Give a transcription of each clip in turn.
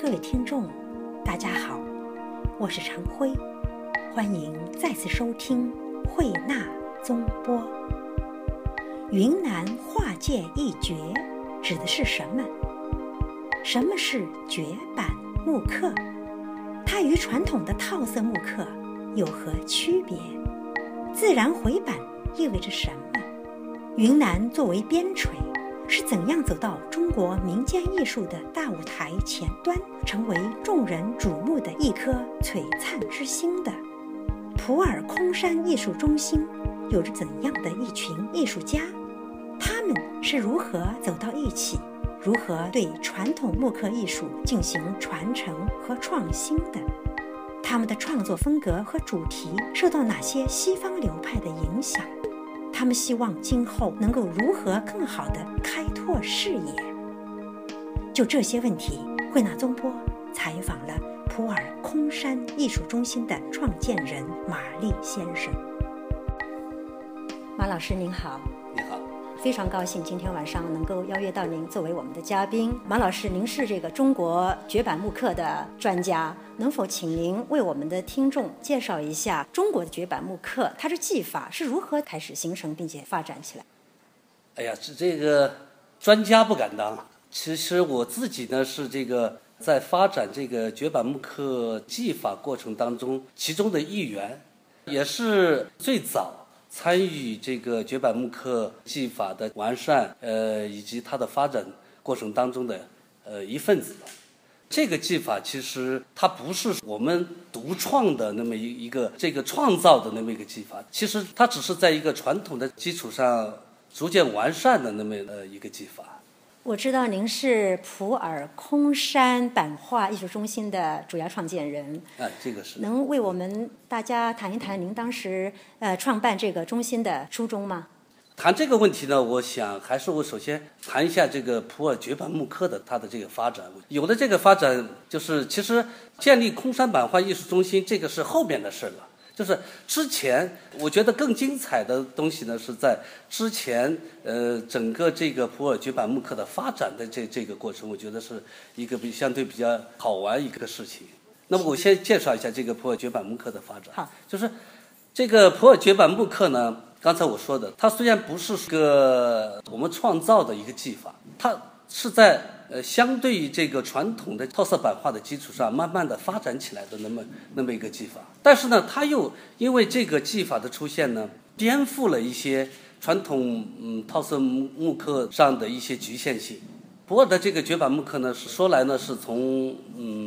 各位听众，大家好，我是常辉，欢迎再次收听慧纳综播。云南画界一绝指的是什么？什么是绝版木刻？它与传统的套色木刻有何区别？自然回版意味着什么？云南作为边陲，是怎样走到中国民间艺术的大舞台前端，成为众人瞩目的一颗璀璨之星的？普洱空山艺术中心有着怎样的一群艺术家？他们是如何走到一起，如何对传统木刻艺术进行传承和创新的？他们的创作风格和主题受到哪些西方流派的影响？他们希望今后能够如何更好地开拓视野？就这些问题，慧纳综播采访了普洱空山艺术中心的创建人马立先生。马老师您好。 你好， 非常高兴今天晚上能够邀约到您作为我们的嘉宾。马老师，您是这个中国绝版木刻的专家，能否请您为我们的听众介绍一下中国的绝版木刻，它的技法是如何开始形成并且发展起来？ 哎呀，这个专家不敢当。其实我自己呢是这个在发展这个绝版木刻技法过程当中其中的一员，也是最早参与这个绝版木刻技法的完善，以及它的发展过程当中的一份子。这个技法其实它不是我们独创的那么一个这个创造的那么一个技法，其实它只是在一个传统的基础上逐渐完善的那么一个技法。 我知道您是普洱空山版画艺术中心的主要创建人， 这个是能为我们大家谈一谈您当时创办这个中心的初衷吗？ 谈这个问题呢，我想还是我首先谈一下这个普洱绝版木刻的它的这个发展。有了这个发展，就是其实建立空山版画艺术中心这个是后面的事了。就是之前我觉得更精彩的东西呢，是在之前整个这个普洱绝版木刻的发展的这个过程，我觉得是一个相对比较好玩一个事情。那么我先介绍一下这个普洱绝版木刻的发展。 好， 就是这个普洱绝版木刻呢，刚才我说的，它虽然不是个我们创造的一个技法，它是在相对于这个传统的套色版画的基础上慢慢的发展起来的那么一个技法。但是呢，它又因为这个技法的出现呢，颠覆了一些传统套色木刻上的一些局限性。普洱的这个绝版木刻呢，说来呢是从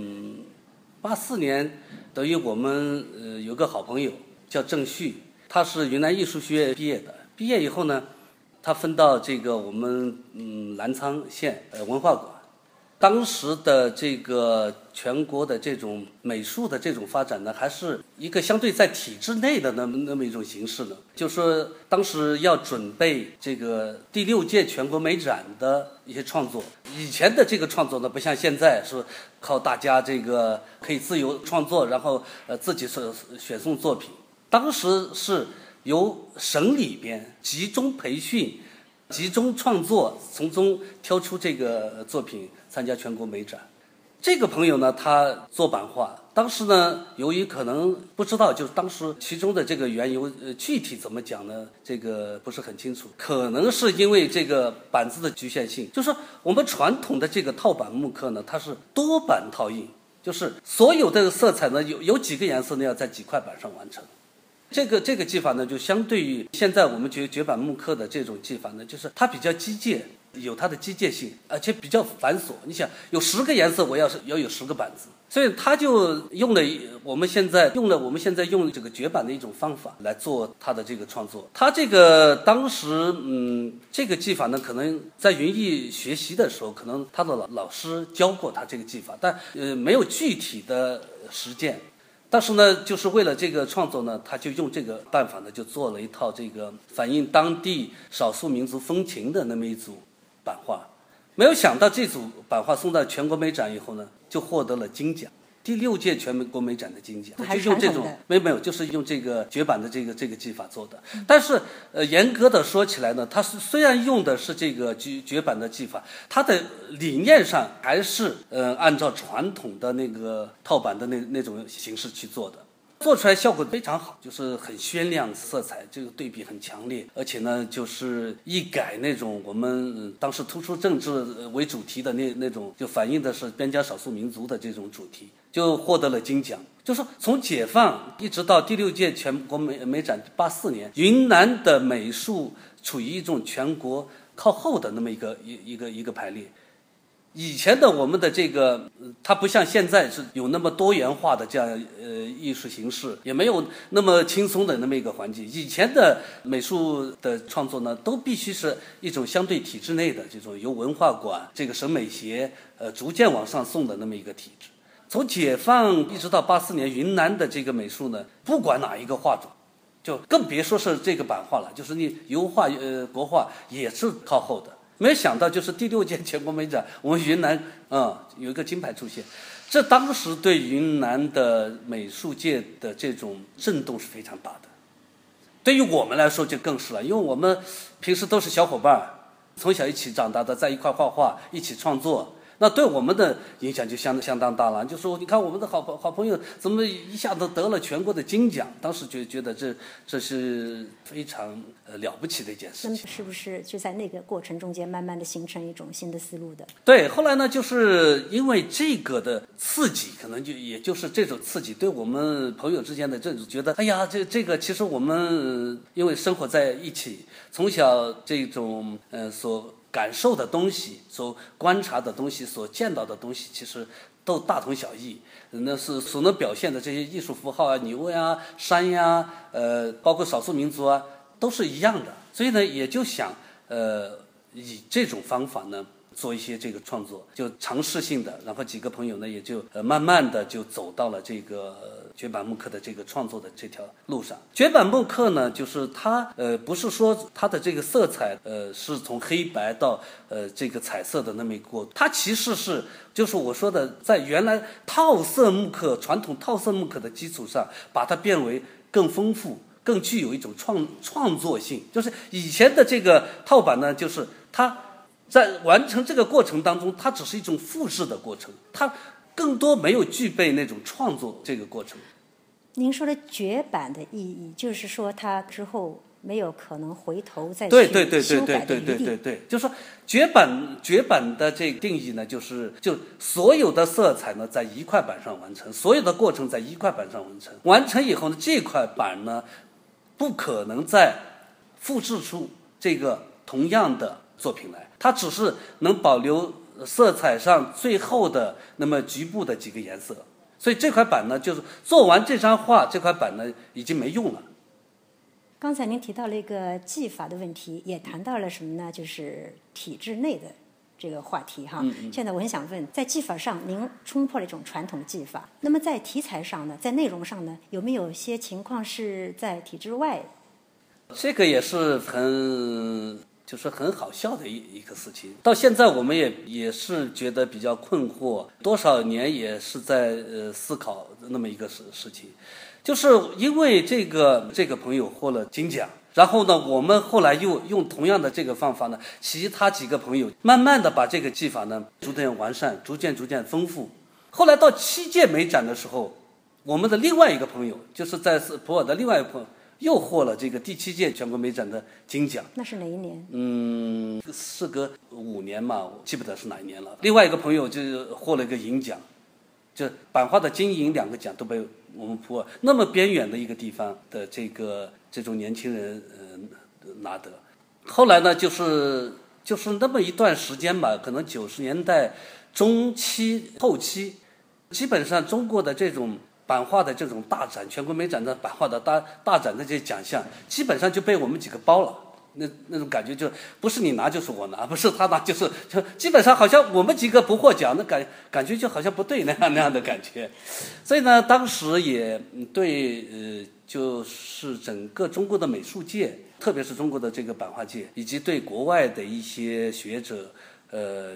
84年，等于我们有个好朋友叫郑旭，他是云南艺术学院毕业的。毕业以后呢，他分到这个我们澜沧县文化馆。当时的这个全国的这种美术的这种发展呢，还是一个相对在体制内的那么一种形式呢。就说当时要准备这个第6届全国美展的一些创作，以前的这个创作呢，不像现在是靠大家这个可以自由创作，然后自己选送作品。当时是由省里边集中培训、集中创作，从中挑出这个作品参加全国美展。这个朋友呢，他做版画，当时呢，由于可能不知道，就是当时其中的这个缘由，具体怎么讲呢？这个不是很清楚。可能是因为这个板子的局限性，就是我们传统的这个套版木刻呢，它是多板套印，就是所有的色彩呢，有几个颜色呢，要在几块板上完成。这个技法呢，就相对于现在我们绝版木刻的这种技法呢，就是它比较机械，有它的机械性，而且比较繁琐。你想有10个颜色，我要有10个板子，所以他就用了我们现在用这个绝版的一种方法来做他的这个创作。他这个当时这个技法呢，可能在云艺学习的时候，可能他的老师教过他这个技法，但没有具体的实践。但是呢，就是为了这个创作呢，他就用这个办法呢，就做了一套这个反映当地少数民族风情的那么一组版画。没有想到这组版画送到全国美展以后呢，就获得了金奖。 第6届全国美展的金奖， 还就是用这种没有，就是用这个绝版的这个技法做的。但是严格的说起来呢，它是虽然用的是这个绝版的技法，它的理念上还是按照传统的那个套版的那种形式去做的。做出来效果非常好，就是很鲜亮，色彩这个对比很强烈，而且呢，就是一改那种我们当时突出政治为主题的那种，就反映的是边疆少数民族的这种主题，就获得了金奖。就是从解放一直到第6届全国美展84年，云南的美术处于一种全国靠后的那么一个排列。以前的我们的这个，它不像现在是有那么多元化的这样艺术形式，也没有那么轻松的那么一个环境。以前的美术的创作呢，都必须是一种相对体制内的这种由文化馆这个省美协逐渐往上送的那么一个体制。从解放一直到84年，云南的这个美术呢，不管哪一个画种，就更别说是这个版画了，就是你油画国画也是靠后的。没有想到，就是第6届全国美展，我们云南有一个金牌出现，这当时对云南的美术界的这种震动是非常大的。对于我们来说就更是了，因为我们平时都是小伙伴，从小一起长大的，在一块画画，一起创作。那对我们的影响就相当大了。就说你看我们的好朋友怎么一下子得了全国的金奖，当时觉得这是非常了不起的一件事情。 那么是不是就在那个过程中间慢慢的形成一种新的思路的？ 对，后来呢，就是因为这个的刺激，可能也就是这种刺激，对我们朋友之间的这种觉得，哎呀，这个其实我们因为生活在一起，从小这种所感受的东西，所观察的东西，所见到的东西，其实都大同小异。那是所能表现的这些艺术符号啊，牛呀、山呀，包括少数民族啊，都是一样的。所以呢，也就想以这种方法呢，做一些这个创作，就尝试性的，然后几个朋友呢，也就慢慢的就走到了这个绝版木刻的这个创作的这条路上。绝版木刻呢，就是它不是说它的这个色彩是从黑白到这个彩色的那么一个过渡，它其实是就是我说的，在原来套色木刻传统套色木刻的基础上，把它变为更丰富、更具有一种创作性。就是以前的这个套版呢，就是它在完成这个过程当中，它只是一种复制的过程，它更多没有具备那种创作这个过程。 您说的绝版的意义，就是说它之后没有可能回头再去修改的余地。 对，就是说绝版的这个定义呢，就所有的色彩呢在一块板上完成，所有的过程在一块板上完成，完成以后呢，这块板呢不可能再复制出这个同样的作品来，它只是能保留色彩上最后的那么局部的几个颜色。所以这块板呢，就是做完这张画，这块板呢已经没用了。 刚才您提到了一个技法的问题，也谈到了什么呢？就是体制内的这个话题哈。现在我很想问，在技法上您冲破了一种传统技法，那么在题材上呢，在内容上呢，有没有些情况是在体制外？ 这个也是就是很好笑的一个事情，到现在我们也是觉得比较困惑，多少年也是在思考那么一个事情，就是因为这个朋友获了金奖，然后呢，我们后来又用同样的这个方法呢，其他几个朋友慢慢的把这个技法呢逐渐完善，逐渐丰富。后来到7届美展的时候，我们的另外一个朋友，就是在普洱的另外一个朋友，又获了这个第7届全国美展的金奖。 那是哪一年？ 事隔5年嘛，我记不得是哪一年了。另外一个朋友就获了一个银奖，就版画的金银2个奖都被我们普洱那么边远的一个地方的这种年轻人拿得。后来呢，就是那么一段时间吧，可能90年代中期后期，基本上中国的这种版画的这种大展，全国美展的版画的大展的这些奖项，基本上就被我们几个包了。那种感觉就不是你拿就是我拿，不是他拿就基本上好像我们几个不获奖，那感觉就好像不对那样的感觉。所以呢，当时也对就是整个中国的美术界，特别是中国的这个版画界，以及对国外的一些学者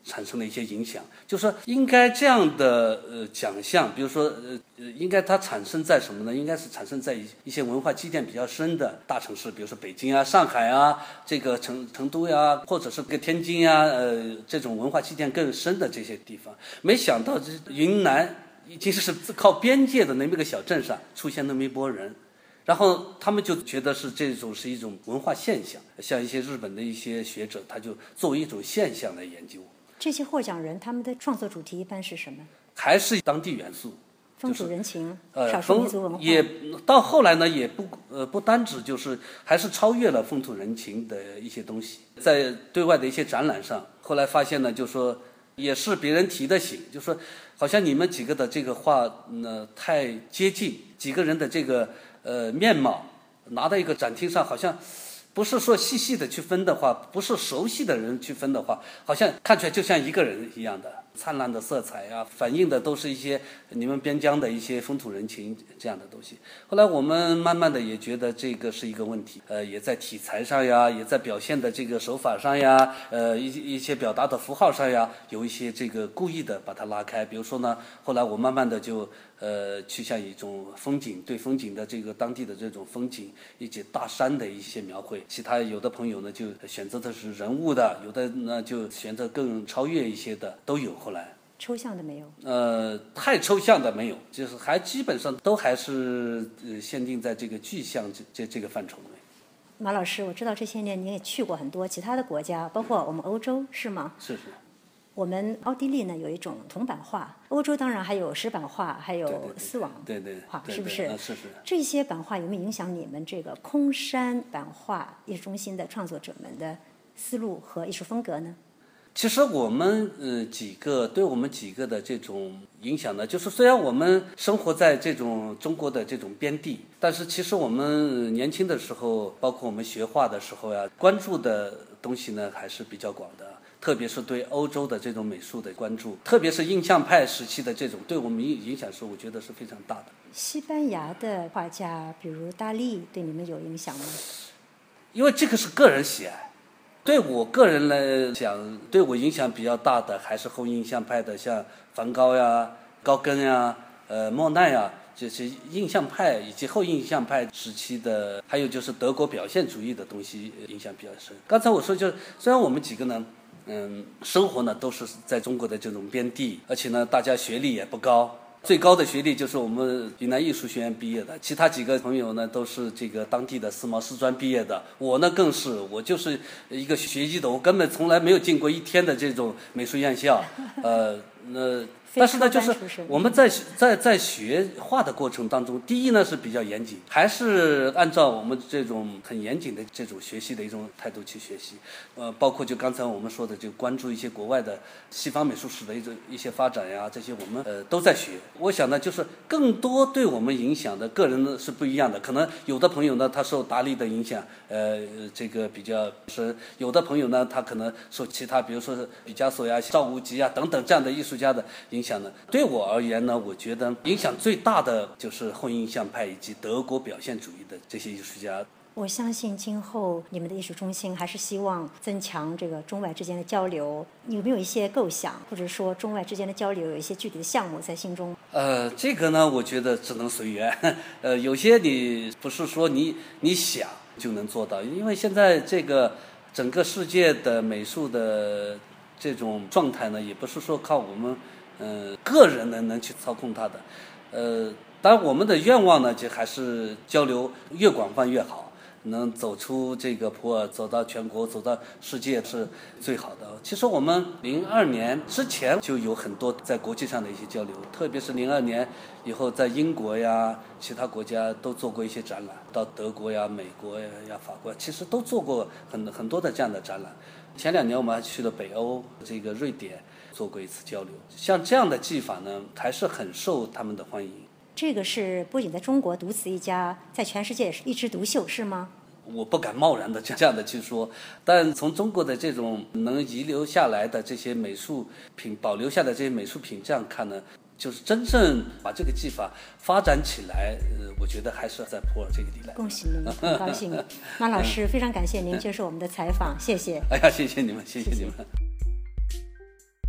产生了一些影响，就是说应该这样的奖项，比如说应该它产生在什么呢？应该是产生在一些文化积淀比较深的大城市，比如说北京啊、上海啊、这个成都呀，或者是个天津呀，这种文化积淀更深的这些地方。没想到这云南已经是靠边界的那么一个小镇上出现那么一拨人。然后他们就觉得这种是一种文化现象，像一些日本的一些学者，他就作为一种现象来研究。 这些获奖人他们的创作主题一般是什么？ 还是当地元素， 风土人情，少数民族文化。 也到后来呢，也不单指就是还是超越了风土人情的一些东西，在对外的一些展览上，后来发现呢，就说也是别人提的醒，就说好像你们几个的这个画呢太接近，几个人的这个面貌拿到一个展厅上，好像不是说细细的去分的话，不是熟悉的人去分的话，好像看出来就像一个人一样的灿烂的色彩啊，反映的都是一些你们边疆的一些风土人情这样的东西。后来我们慢慢的也觉得这个是一个问题，也在题材上呀，也在表现的这个手法上呀，一些表达的符号上呀，有一些这个故意的把它拉开。比如说呢，后来我慢慢的就趋向一种风景，对风景的这个当地的这种风景以及大山的一些描绘。其他有的朋友呢就选择的是人物的，有的呢就选择更超越一些的，都有。后来抽象的没有？ 太抽象的没有，就是还基本上都还是限定在这个具象这个范畴内。 马老师，我知道这些年您也去过很多其他的国家，包括我们欧洲，是吗？ 是。 我们奥地利呢有一种铜版画，欧洲当然还有石版画，还有丝网画，是不是？ 是。 这些版画有没有影响你们这个空山版画艺术中心的创作者们的思路和艺术风格呢？ 其实我们对我们几个的这种影响呢，就是虽然我们生活在这种中国的这种边地，但是其实我们年轻的时候，包括我们学画的时候呀，关注的东西呢还是比较广的。特别是对欧洲的这种美术的关注，特别是印象派时期的这种，对我们影响是我觉得是非常大的。 西班牙的画家，比如大利，对你们有影响吗？ 因为这个是个人喜爱，对我个人来讲，对我影响比较大的还是后印象派的，像梵高呀、高更呀、莫奈呀，这些印象派以及后印象派时期的，还有就是德国表现主义的东西影响比较深。刚才我说，就虽然我们几个呢。生活呢都是在中国的这种边地，而且呢大家学历也不高，最高的学历就是我们云南艺术学院毕业的，其他几个朋友呢都是这个当地的四毛师专毕业的，我呢更是，我就是一个学医的，我根本从来没有进过一天的这种美术院校，但是呢，就是我们在学画的过程当中，第一呢是比较严谨，还是按照我们这种很严谨的这种学习的一种态度去学习。包括就刚才我们说的，就关注一些国外的西方美术史的一些发展呀，这些我们都在学。我想呢，就是更多对我们影响的个人呢是不一样的。可能有的朋友呢，他受达利的影响，这个比较深；有的朋友呢，他可能受其他，比如说是毕加索呀、赵无极啊等等这样的艺术家的影响。对我而言呢，我觉得影响最大的就是后印象派以及德国表现主义的这些艺术家。 我相信今后你们的艺术中心还是希望增强这个中外之间的交流，有没有一些构想，或者说中外之间的交流有一些具体的项目在心中？ 这个呢，我觉得只能随缘。有些你不是说你想就能做到，因为现在这个整个世界的美术的这种状态呢，也不是说靠我们个人能去操控它的。当然我们的愿望呢，就还是交流越广泛越好，能走出这个普洱，走到全国，走到世界是最好的。其实我们02年之前就有很多在国际上的一些交流，特别是02年以后，在英国呀、其他国家都做过一些展览，到德国呀、美国呀、法国，其实都做过很多的这样的展览。前2年我们还去了北欧，这个瑞典做过一次交流。像这样的技法呢，还是很受他们的欢迎。 这个是不仅在中国独此一家，在全世界也是一枝独秀，是吗？ 我不敢贸然的这样的去说，但从中国的这种能遗留下来的这些美术品，保留下来这些美术品，这样看呢，就是真正把这个技法发展起来，我觉得还是在普洱这个地带。 恭喜您，很高兴。马老师，非常感谢您接受我们的采访，谢谢。 哎呀，谢谢你们，谢谢你们。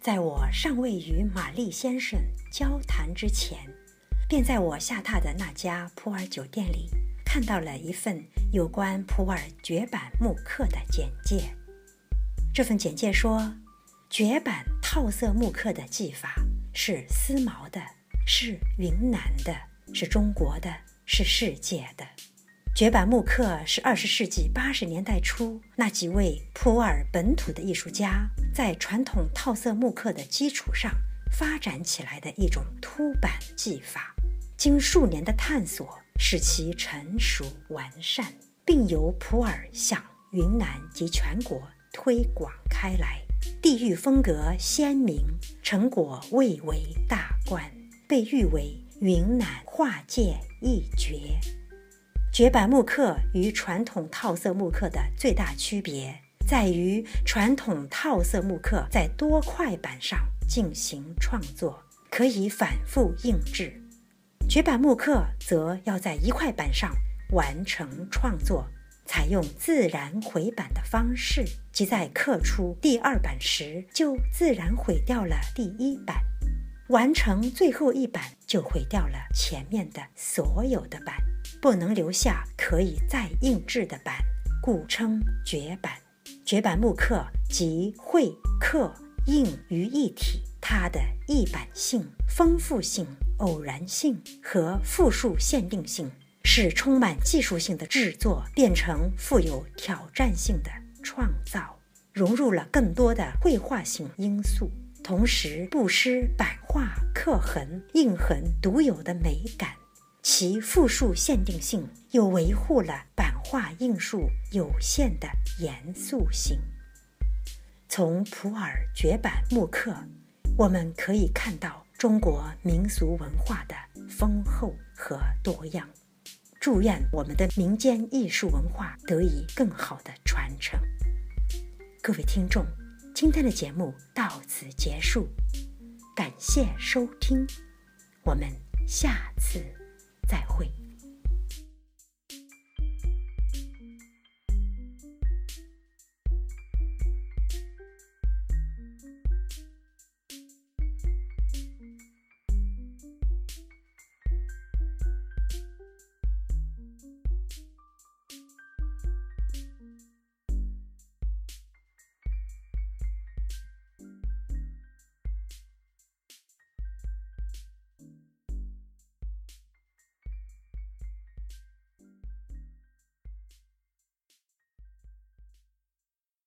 在我尚未与玛丽先生交谈之前，便在我下榻的那家普洱酒店里看到了一份有关普洱绝版木刻的简介。这份简介说，绝版套色木刻的技法是丝毛的，是云南的，是中国的，是世界的。绝版木刻是20世纪80年代初那几位普洱本土的艺术家在传统套色木刻的基础上发展起来的一种凸版技法，经数年的探索使其成熟完善，并由普洱向云南及全国推广开来，地域风格鲜明，成果蔚为大观，被誉为云南画界一绝。绝版木刻与传统套色木刻的最大区别在于，传统套色木刻在多块板上进行创作，可以反复印制；绝版木刻则要在一块板上完成创作，采用自然毁版的方式，即在刻出第2版时就自然毁掉了第1版，完成最后一版就毁掉了前面的所有的版，不能留下可以再印制的版，故称绝版。绝版木刻即绘、刻、印于一体，它的易版性、丰富性、偶然性和复数限定性，使充满技术性的制作变成富有挑战性的创造，融入了更多的绘画性因素，同时不失版画、刻痕、印痕独有的美感。其复数限定性又维护了版画印数有限的严肃性。从普洱绝版木刻，我们可以看到中国民俗文化的丰厚和多样。祝愿我们的民间艺术文化得以更好的传承。各位听众，今天的节目到此结束，感谢收听，我们下次再会。